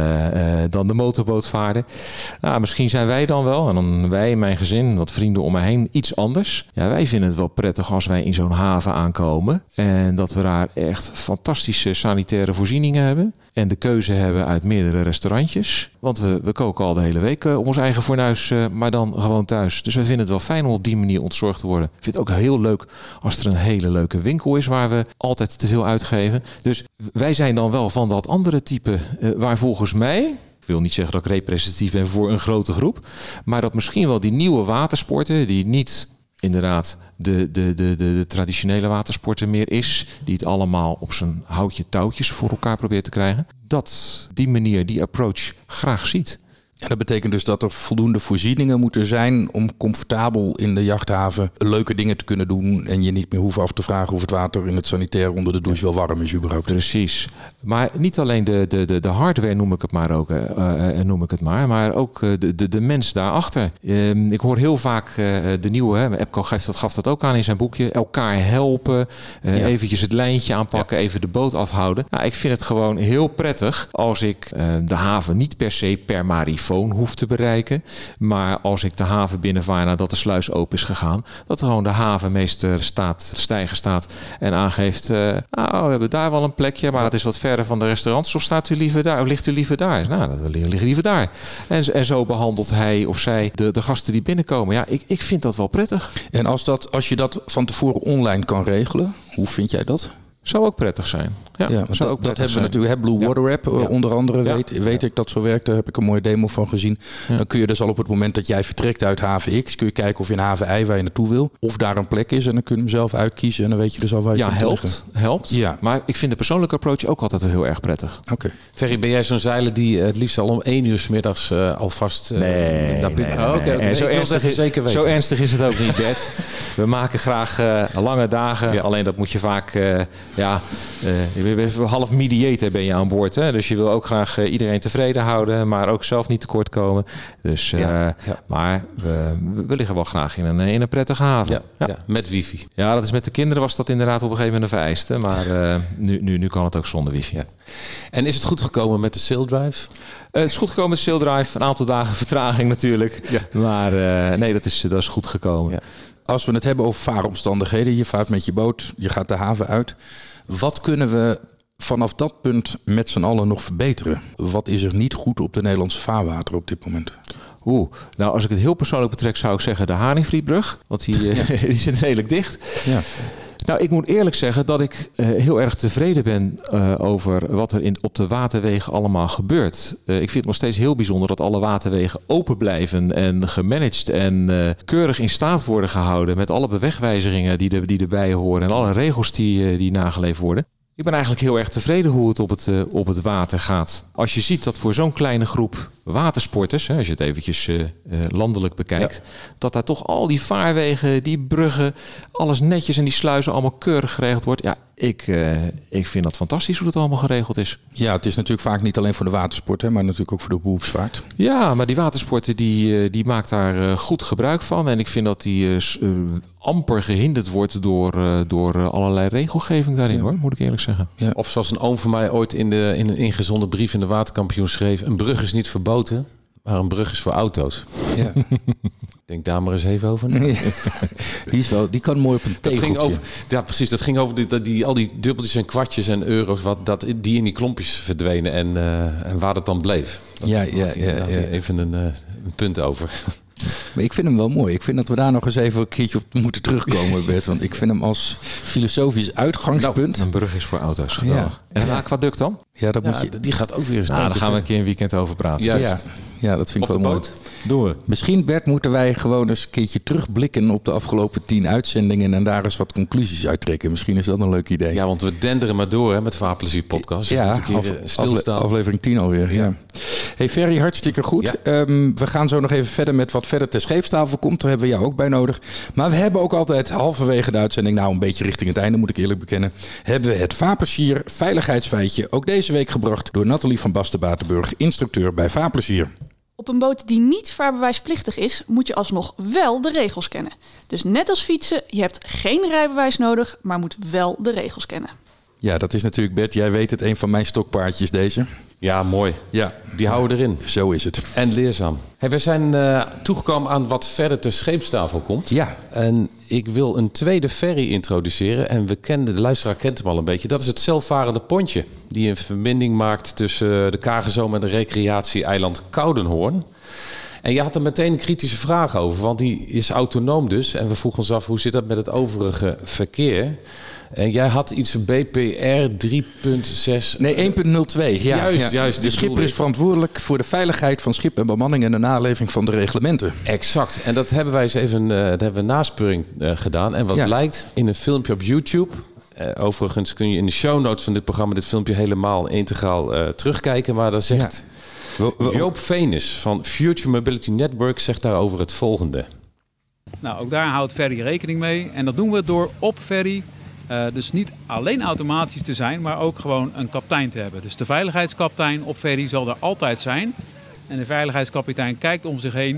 dan de motorbootvaarder. Nou, misschien zijn wij dan wel, en dan wij, mijn gezin, wat vrienden om mij heen, iets anders. Ja, wij vinden het wel prettig als wij in zo'n haven aankomen en dat we daar echt fantastische sanitaire voorzieningen hebben en de keuze hebben uit meerdere restaurantjes. Want we koken al de hele week op ons eigen fornuis, maar dan gewoon thuis. Dus we vinden het wel fijn om op die manier ontzorgd te worden. Ik vind het ook heel leuk als er een hele leuke winkel is waar we altijd te veel uitgeven. Dus wij zijn dan wel van dat andere type waar volgens mij, ik wil niet zeggen dat ik representatief ben voor een grote groep, maar dat misschien wel die nieuwe watersporten die niet inderdaad de traditionele watersporter meer is, die het allemaal op zijn houtje touwtjes voor elkaar probeert te krijgen, dat die manier, die approach graag ziet. En dat betekent dus dat er voldoende voorzieningen moeten zijn om comfortabel in de jachthaven leuke dingen te kunnen doen en je niet meer hoeft af te vragen of het water in het sanitair onder de douche wel warm is überhaupt. Precies. Maar niet alleen de hardware noem ik het maar ook de mens daarachter. Ik hoor heel vaak de nieuwe, Epco gaf dat ook aan in zijn boekje, elkaar helpen, eventjes het lijntje aanpakken, even de boot afhouden. Nou, ik vind het gewoon heel prettig als ik de haven niet per se per marifo telefoon hoef te bereiken. Maar als ik de haven binnenvaar nadat de sluis open is gegaan, dat er gewoon de havenmeester stijger staat en aangeeft, we hebben daar wel een plekje, maar het is wat verder van de restaurants. Of staat u liever daar? Of ligt u liever daar? Nou, dan liggen liever daar. En zo behandelt hij of zij de gasten die binnenkomen. Ja, ik vind dat wel prettig. En als je dat van tevoren online kan regelen, hoe vind jij dat? Zou ook prettig zijn. Ja, dat hebben we natuurlijk. Blue Water App onder andere weet ik dat zo werkt. Daar heb ik een mooie demo van gezien. Ja. Dan kun je dus al op het moment dat jij vertrekt uit haven X, kun je kijken of je in haven Y waar je naartoe wil, of daar een plek is en dan kun je hem zelf uitkiezen en dan weet je dus al waar je helpt. Ja. Maar ik vind de persoonlijke approach ook altijd heel erg prettig. Okay. Ferry, ben jij zo'n zeiler die het liefst al om 1 uur 's middags alvast naar binnen gaat? Nee. Zo ernstig is het ook niet, Bert. We maken graag lange dagen. Ja. Alleen dat moet je vaak half mediator ben je aan boord. Hè? Dus je wil ook graag iedereen tevreden houden, maar ook zelf niet tekort komen. Dus, maar we liggen wel graag in een prettige haven. Ja, met wifi. Ja, dat is met de kinderen was dat inderdaad op een gegeven moment een vereiste. Maar nu kan het ook zonder wifi. Ja. En is het goed gekomen met de Sail Drive? Het is goed gekomen met de Sail Drive. Een aantal dagen vertraging natuurlijk. Ja. Maar nee, dat is goed gekomen. Ja. Als we het hebben over vaaromstandigheden, je vaart met je boot, je gaat de haven uit. Wat kunnen we vanaf dat punt met z'n allen nog verbeteren? Wat is er niet goed op de Nederlandse vaarwater op dit moment? Nou als ik het heel persoonlijk betrek zou ik zeggen de Haringvlietbrug. Want die zit redelijk dicht. Ja. Nou, ik moet eerlijk zeggen dat ik heel erg tevreden ben over wat er op de waterwegen allemaal gebeurt. Ik vind het nog steeds heel bijzonder dat alle waterwegen open blijven en gemanaged en keurig in staat worden gehouden met alle bewegwijzeringen die erbij horen en alle regels die nageleefd worden. Ik ben eigenlijk heel erg tevreden hoe het op het water gaat. Als je ziet dat voor zo'n kleine groep watersporters, als je het eventjes landelijk bekijkt, dat daar toch al die vaarwegen, die bruggen, alles netjes en die sluizen allemaal keurig geregeld wordt. Ja, ik vind dat fantastisch hoe dat allemaal geregeld is. Ja, het is natuurlijk vaak niet alleen voor de watersport, maar natuurlijk ook voor de beroepsvaart. Ja, maar die watersporten die maakt daar goed gebruik van. En ik vind dat die amper gehinderd wordt door allerlei regelgeving daarin, hoor, moet ik eerlijk zeggen. Ja. Of zoals een oom van mij ooit in een ingezonden brief in de Waterkampioen schreef, een brug is niet verboden, maar een brug is voor auto's. Ja. Denk daar maar eens even over. Die kan mooi op een tegeltje. Precies. Dat ging over al die dubbeltjes en kwartjes en euro's die in die klompjes verdwenen en waar dat dan bleef. Even een punt over. Maar ik vind hem wel mooi. Ik vind dat we daar nog eens even een keertje op moeten terugkomen, Bert. Want ik vind hem als filosofisch uitgangspunt. Een brug is voor auto's. Ja. En een aquaduct dan? Ja, die gaat ook weer eens. Daar gaan we een keer een weekend over praten. Ja, dat vind ik wel mooi. Doen we. Misschien, Bert, moeten wij gewoon eens een keertje terugblikken op de afgelopen 10 uitzendingen en daar eens wat conclusies uittrekken. Misschien is dat een leuk idee. Ja, want we denderen maar door met de Vaarplezier podcast. Ja, aflevering 10 alweer. Ja. Hey Ferry, hartstikke goed. Ja. We gaan zo nog even verder met wat verder ter scheepstafel komt. Daar hebben we jou ook bij nodig. Maar we hebben ook altijd halverwege de uitzending, nou een beetje richting het einde moet ik eerlijk bekennen, hebben we het Vaarplezier veiligheidsfeitje ook deze week gebracht door Nathalie van Basten-Batenburg, instructeur bij Vaarplezier. Op een boot die niet vaarbewijsplichtig is, moet je alsnog wel de regels kennen. Dus net als fietsen, je hebt geen rijbewijs nodig, maar moet wel de regels kennen. Ja, dat is natuurlijk, Bert, jij weet het, een van mijn stokpaardjes deze. Ja, mooi. Ja. Die houden erin. Zo is het. En leerzaam. We zijn toegekomen aan wat verder ter scheepstafel komt. Ja. En ik wil een tweede ferry introduceren. En de luisteraar kent hem al een beetje. Dat is het zelfvarende pontje. Die een verbinding maakt tussen de Kagerzoom en de recreatie-eiland Koudenhoorn. En je had er meteen een kritische vraag over. Want die is autonoom dus. En we vroegen ons af, hoe zit dat met het overige verkeer? En jij had iets BPR 3.6... Nee, 1.02. Ja, juist. De schipper is verantwoordelijk voor de veiligheid van schip en bemanning en de naleving van de reglementen. Exact. En dat hebben wij eens even naspeuring gedaan. En wat blijkt in een filmpje op YouTube. Overigens kun je in de show notes van dit programma dit filmpje helemaal integraal terugkijken. Maar daar zegt Joop Venus van Future Mobility Network zegt daarover het volgende. Nou, ook daar houdt Ferry rekening mee. En dat doen we door op Ferry dus niet alleen automatisch te zijn, maar ook gewoon een kapitein te hebben. Dus de veiligheidskapitein op Ferry zal er altijd zijn. En de veiligheidskapitein kijkt om zich heen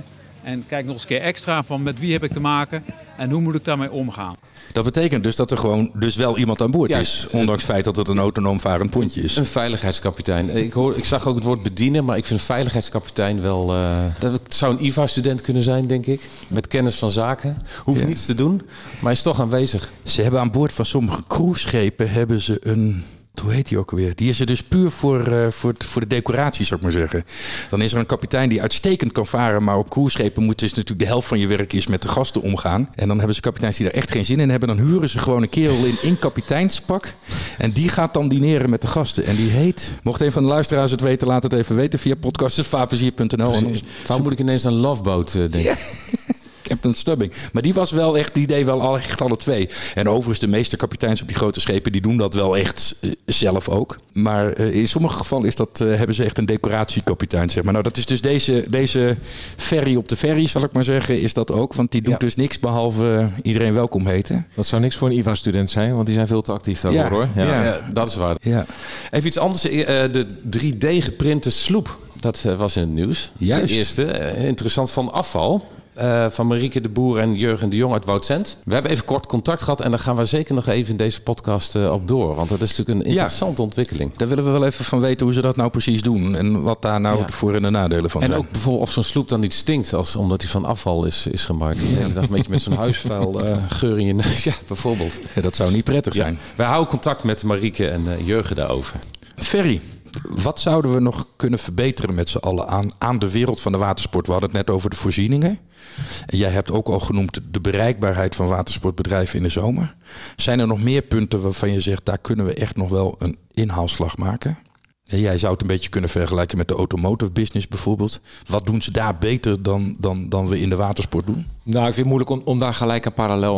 En kijk nog eens een keer extra van met wie heb ik te maken en hoe moet ik daarmee omgaan. Dat betekent dus dat er gewoon dus wel iemand aan boord is. Ondanks het feit dat het een autonoom varend pontje is. Een veiligheidskapitein. Ik zag ook het woord bedienen, maar ik vind veiligheidskapitein wel... dat zou een IVA-student kunnen zijn, denk ik. Met kennis van zaken. Hoeft niets te doen, maar is toch aanwezig. Ze hebben aan boord van sommige cruiseschepen hebben ze een... Hoe heet die ook alweer? Die is er dus puur voor de decoratie, zou ik maar zeggen. Dan is er een kapitein die uitstekend kan varen, maar op cruiseschepen moet dus natuurlijk de helft van je werk is met de gasten omgaan. En dan hebben ze kapiteins die daar echt geen zin in hebben. Dan huren ze gewoon een kerel in kapiteinspak. En die gaat dan dineren met de gasten. En die heet... Mocht een van de luisteraars het weten, laat het even weten via podcast.vaarplezier.nl. Waarom moet ik ineens aan Loveboat denken? Ja. Captain Stubbing. Maar die was wel echt, die deed wel echt alle twee. En overigens de meeste kapiteins op die grote schepen, die doen dat wel echt zelf ook. Maar in sommige gevallen hebben ze echt een decoratiekapitein, zeg maar. Nou, dat is dus deze ferry op de ferry, zal ik maar zeggen, is dat ook. Want die doet dus niks behalve iedereen welkom heten. Dat zou niks voor een IVA-student zijn, want die zijn veel te actief daarvoor, hoor. Ja, dat is waar. Ja. Even iets anders. De 3D-geprinte sloep. Dat was in het nieuws. Juist. De eerste. Interessant van afval. Van Marieke de Boer en Jurgen de Jong uit Woudsend. We hebben even kort contact gehad en daar gaan we zeker nog even in deze podcast op door. Want dat is natuurlijk een interessante ontwikkeling. Daar willen we wel even van weten hoe ze dat nou precies doen. En wat daar nou de voor- en de nadelen van zijn. En ook bijvoorbeeld of zo'n sloep dan niet stinkt omdat hij van afval is gemaakt. De hele dag een beetje met zo'n huisvuil geur in je neus. Ja, bijvoorbeeld. Ja, dat zou niet prettig zijn. Wij houden contact met Marieke en Jurgen daarover. Ferry. Wat zouden we nog kunnen verbeteren met z'n allen aan de wereld van de watersport? We hadden het net over de voorzieningen. En jij hebt ook al genoemd de bereikbaarheid van watersportbedrijven in de zomer. Zijn er nog meer punten waarvan je zegt, daar kunnen we echt nog wel een inhaalslag maken? En jij zou het een beetje kunnen vergelijken met de automotive business bijvoorbeeld. Wat doen ze daar beter dan we in de watersport doen? Nou, ik vind het moeilijk om daar gelijk een parallel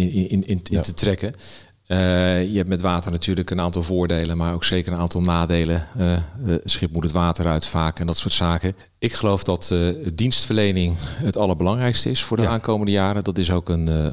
in te trekken. Je hebt met water natuurlijk een aantal voordelen, maar ook zeker een aantal nadelen. Schip moet het water uit vaak en dat soort zaken. Ik geloof dat dienstverlening het allerbelangrijkste is voor de aankomende jaren. Dat is ook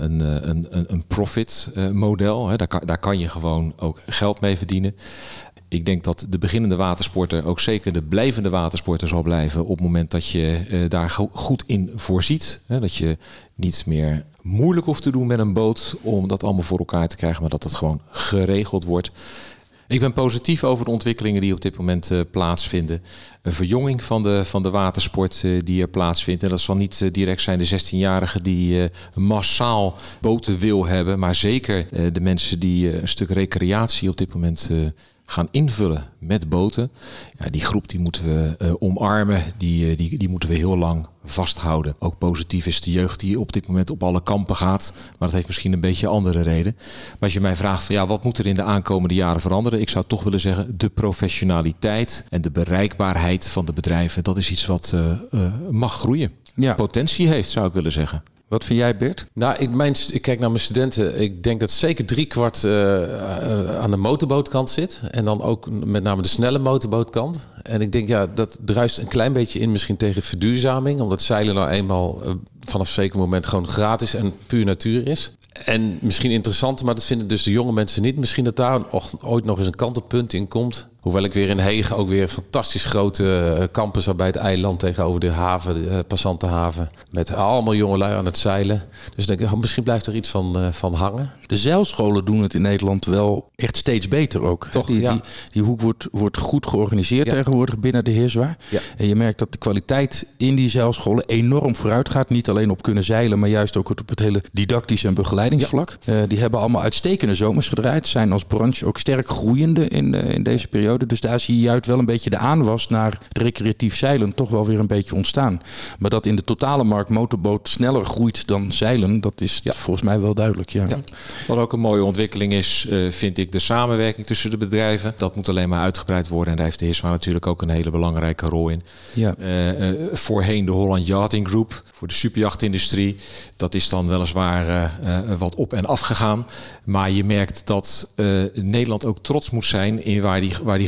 een profit model. Daar kan je gewoon ook geld mee verdienen. Ik denk dat de beginnende watersporter, ook zeker de blijvende watersporter, zal blijven op het moment dat je daar goed in voorziet. Dat je niet meer moeilijk hoeft te doen met een boot om dat allemaal voor elkaar te krijgen, maar dat het gewoon geregeld wordt. Ik ben positief over de ontwikkelingen die op dit moment plaatsvinden. Een verjonging van de watersport die er plaatsvindt. En dat zal niet direct zijn de 16-jarigen die massaal boten wil hebben, maar zeker de mensen die een stuk recreatie op dit moment gaan invullen met boten. Ja, die groep die moeten we omarmen. Die moeten we heel lang vasthouden. Ook positief is de jeugd die op dit moment op alle kampen gaat. Maar dat heeft misschien een beetje andere reden. Maar als je mij vraagt van wat moet er in de aankomende jaren veranderen? Ik zou toch willen zeggen de professionaliteit en de bereikbaarheid van de bedrijven. Dat is iets wat mag groeien. Ja. Potentie heeft, zou ik willen zeggen. Wat vind jij, Bert? Nou, ik kijk naar mijn studenten. Ik denk dat zeker 3/4 aan de motorbootkant zit. En dan ook met name de snelle motorbootkant. En ik denk, dat druist een klein beetje in misschien tegen verduurzaming. Omdat zeilen nou eenmaal vanaf een zeker moment gewoon gratis en puur natuur is. En misschien interessant, maar dat vinden dus de jonge mensen niet. Misschien dat daar ooit nog eens een kantelpunt in komt. Hoewel ik weer in Hegen ook weer fantastisch grote campus heb bij het eiland tegenover de haven, de passantenhaven. Met allemaal jongelui aan het zeilen. Dus denk ik, misschien blijft er iets van hangen. De zeilscholen doen het in Nederland wel echt steeds beter ook. Toch, die hoek wordt goed georganiseerd tegenwoordig binnen de Heerswaar. Ja. En je merkt dat de kwaliteit in die zeilscholen enorm vooruit gaat. Niet alleen op kunnen zeilen, maar juist ook op het hele didactische en begeleidingsvlak. Ja. Die hebben allemaal uitstekende zomers gedraaid. Zijn als branche ook sterk groeiende in deze periode. Dus daar zie je juist wel een beetje de aanwas naar recreatief zeilen toch wel weer een beetje ontstaan. Maar dat in de totale markt motorboot sneller groeit dan zeilen, dat is volgens mij wel duidelijk. Ja. Ja. Wat ook een mooie ontwikkeling is, vind ik de samenwerking tussen de bedrijven. Dat moet alleen maar uitgebreid worden. En daar heeft de Heerswaar natuurlijk ook een hele belangrijke rol in. Ja. Voorheen de Holland Yachting Group voor de superjachtindustrie. Dat is dan weliswaar wat op en af gegaan. Maar je merkt dat Nederland ook trots moet zijn in waar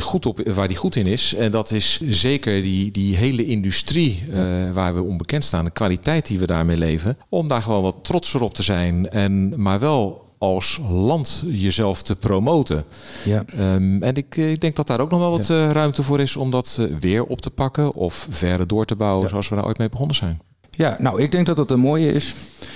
die goed in is. En dat is zeker die hele industrie waar we onbekend staan. De kwaliteit die we daarmee leven. Om daar gewoon wat trotser op te zijn. Maar wel als land jezelf te promoten. Ja. En ik denk dat daar ook nog wel wat ruimte voor is om dat weer op te pakken of verder door te bouwen zoals we daar ooit mee begonnen zijn. Ja, nou, ik denk dat dat een mooie is.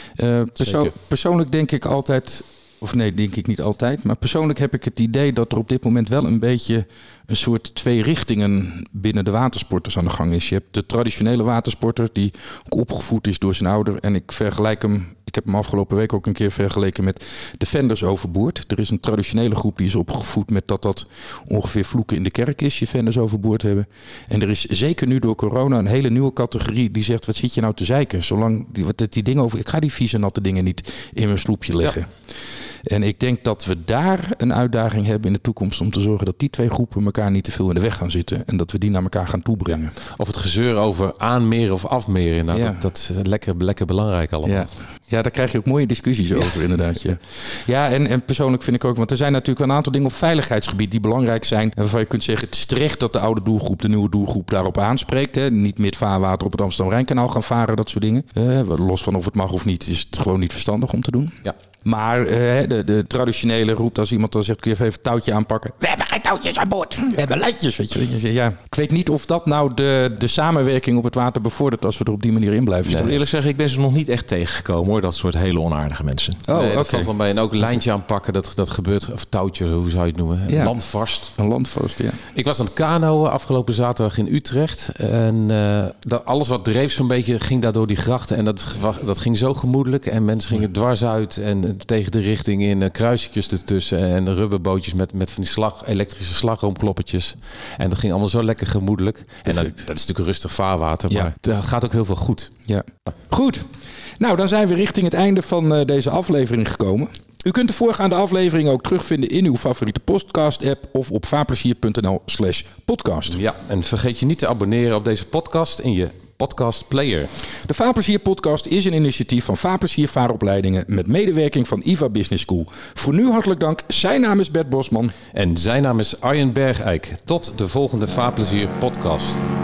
Persoonlijk denk ik altijd... Of nee, denk ik niet altijd. Maar persoonlijk heb ik het idee dat er op dit moment wel een beetje een soort twee richtingen binnen de watersporters aan de gang is. Je hebt de traditionele watersporter die ook opgevoed is door zijn ouder. En ik vergelijk hem, ik heb hem afgelopen week ook een keer vergeleken met Defenders overboord. Er is een traditionele groep die is opgevoed met dat ongeveer vloeken in de kerk is, je Defenders overboord hebben. En er is zeker nu door corona een hele nieuwe categorie die zegt, wat zit je nou te zeiken? Zolang die dingen over, ik ga die vieze natte dingen niet in mijn sloepje leggen. Ja. En ik denk dat we daar een uitdaging hebben in de toekomst om te zorgen dat die twee groepen elkaar niet te veel in de weg gaan zitten. En dat we die naar elkaar gaan toebrengen. Of het gezeur over aanmeren of afmeren. Nou, ja. dat is lekker belangrijk allemaal. Ja, daar krijg je ook mooie discussies over inderdaad. Ja, en persoonlijk vind ik ook, want er zijn natuurlijk wel een aantal dingen op veiligheidsgebied die belangrijk zijn. En waarvan je kunt zeggen, het is terecht dat de oude doelgroep, de nieuwe doelgroep daarop aanspreekt. Hè. Niet meer het vaarwater op het Amsterdam-Rijnkanaal gaan varen, dat soort dingen. Los van of het mag of niet, is het gewoon niet verstandig om te doen. Ja. Maar de traditionele roept als iemand dan zegt, kun je even een touwtje aanpakken. We hebben geen touwtjes aan boord. We hebben lijntjes. Weet je. Ja. Ik weet niet of dat nou de samenwerking op het water bevordert als we er op die manier in blijven staan. Ik moet eerlijk zeggen, ik ben ze nog niet echt tegengekomen hoor. Dat soort hele onaardige mensen. Dat valt wel bij. En ook een lijntje aanpakken, dat gebeurt. Of touwtje, hoe zou je het noemen? Ja. Landvast. Een landvast, ja. Ik was aan het kanoën afgelopen zaterdag in Utrecht. En alles wat dreef zo'n beetje ging daar door die grachten. En dat ging zo gemoedelijk. En mensen gingen dwars uit en tegen de richting in, kruisjes ertussen en rubberbootjes met van die elektrische slagroomkloppertjes. En dat ging allemaal zo lekker gemoedelijk. En dat is natuurlijk rustig vaarwater, maar het gaat ook heel veel goed. Ja. Goed. Nou, dan zijn we richting het einde van deze aflevering gekomen. U kunt de voorgaande aflevering ook terugvinden in uw favoriete podcast-app of op vaarplezier.nl/podcast. Ja, en vergeet je niet te abonneren op deze podcast in je podcast player. De Vaarplezier podcast is een initiatief van Vaarplezier Vaaropleidingen met medewerking van IVA Business School. Voor nu hartelijk dank. Zijn naam is Bert Bosman. En zijn naam is Arjen Bergijk. Tot de volgende Vaarplezier podcast.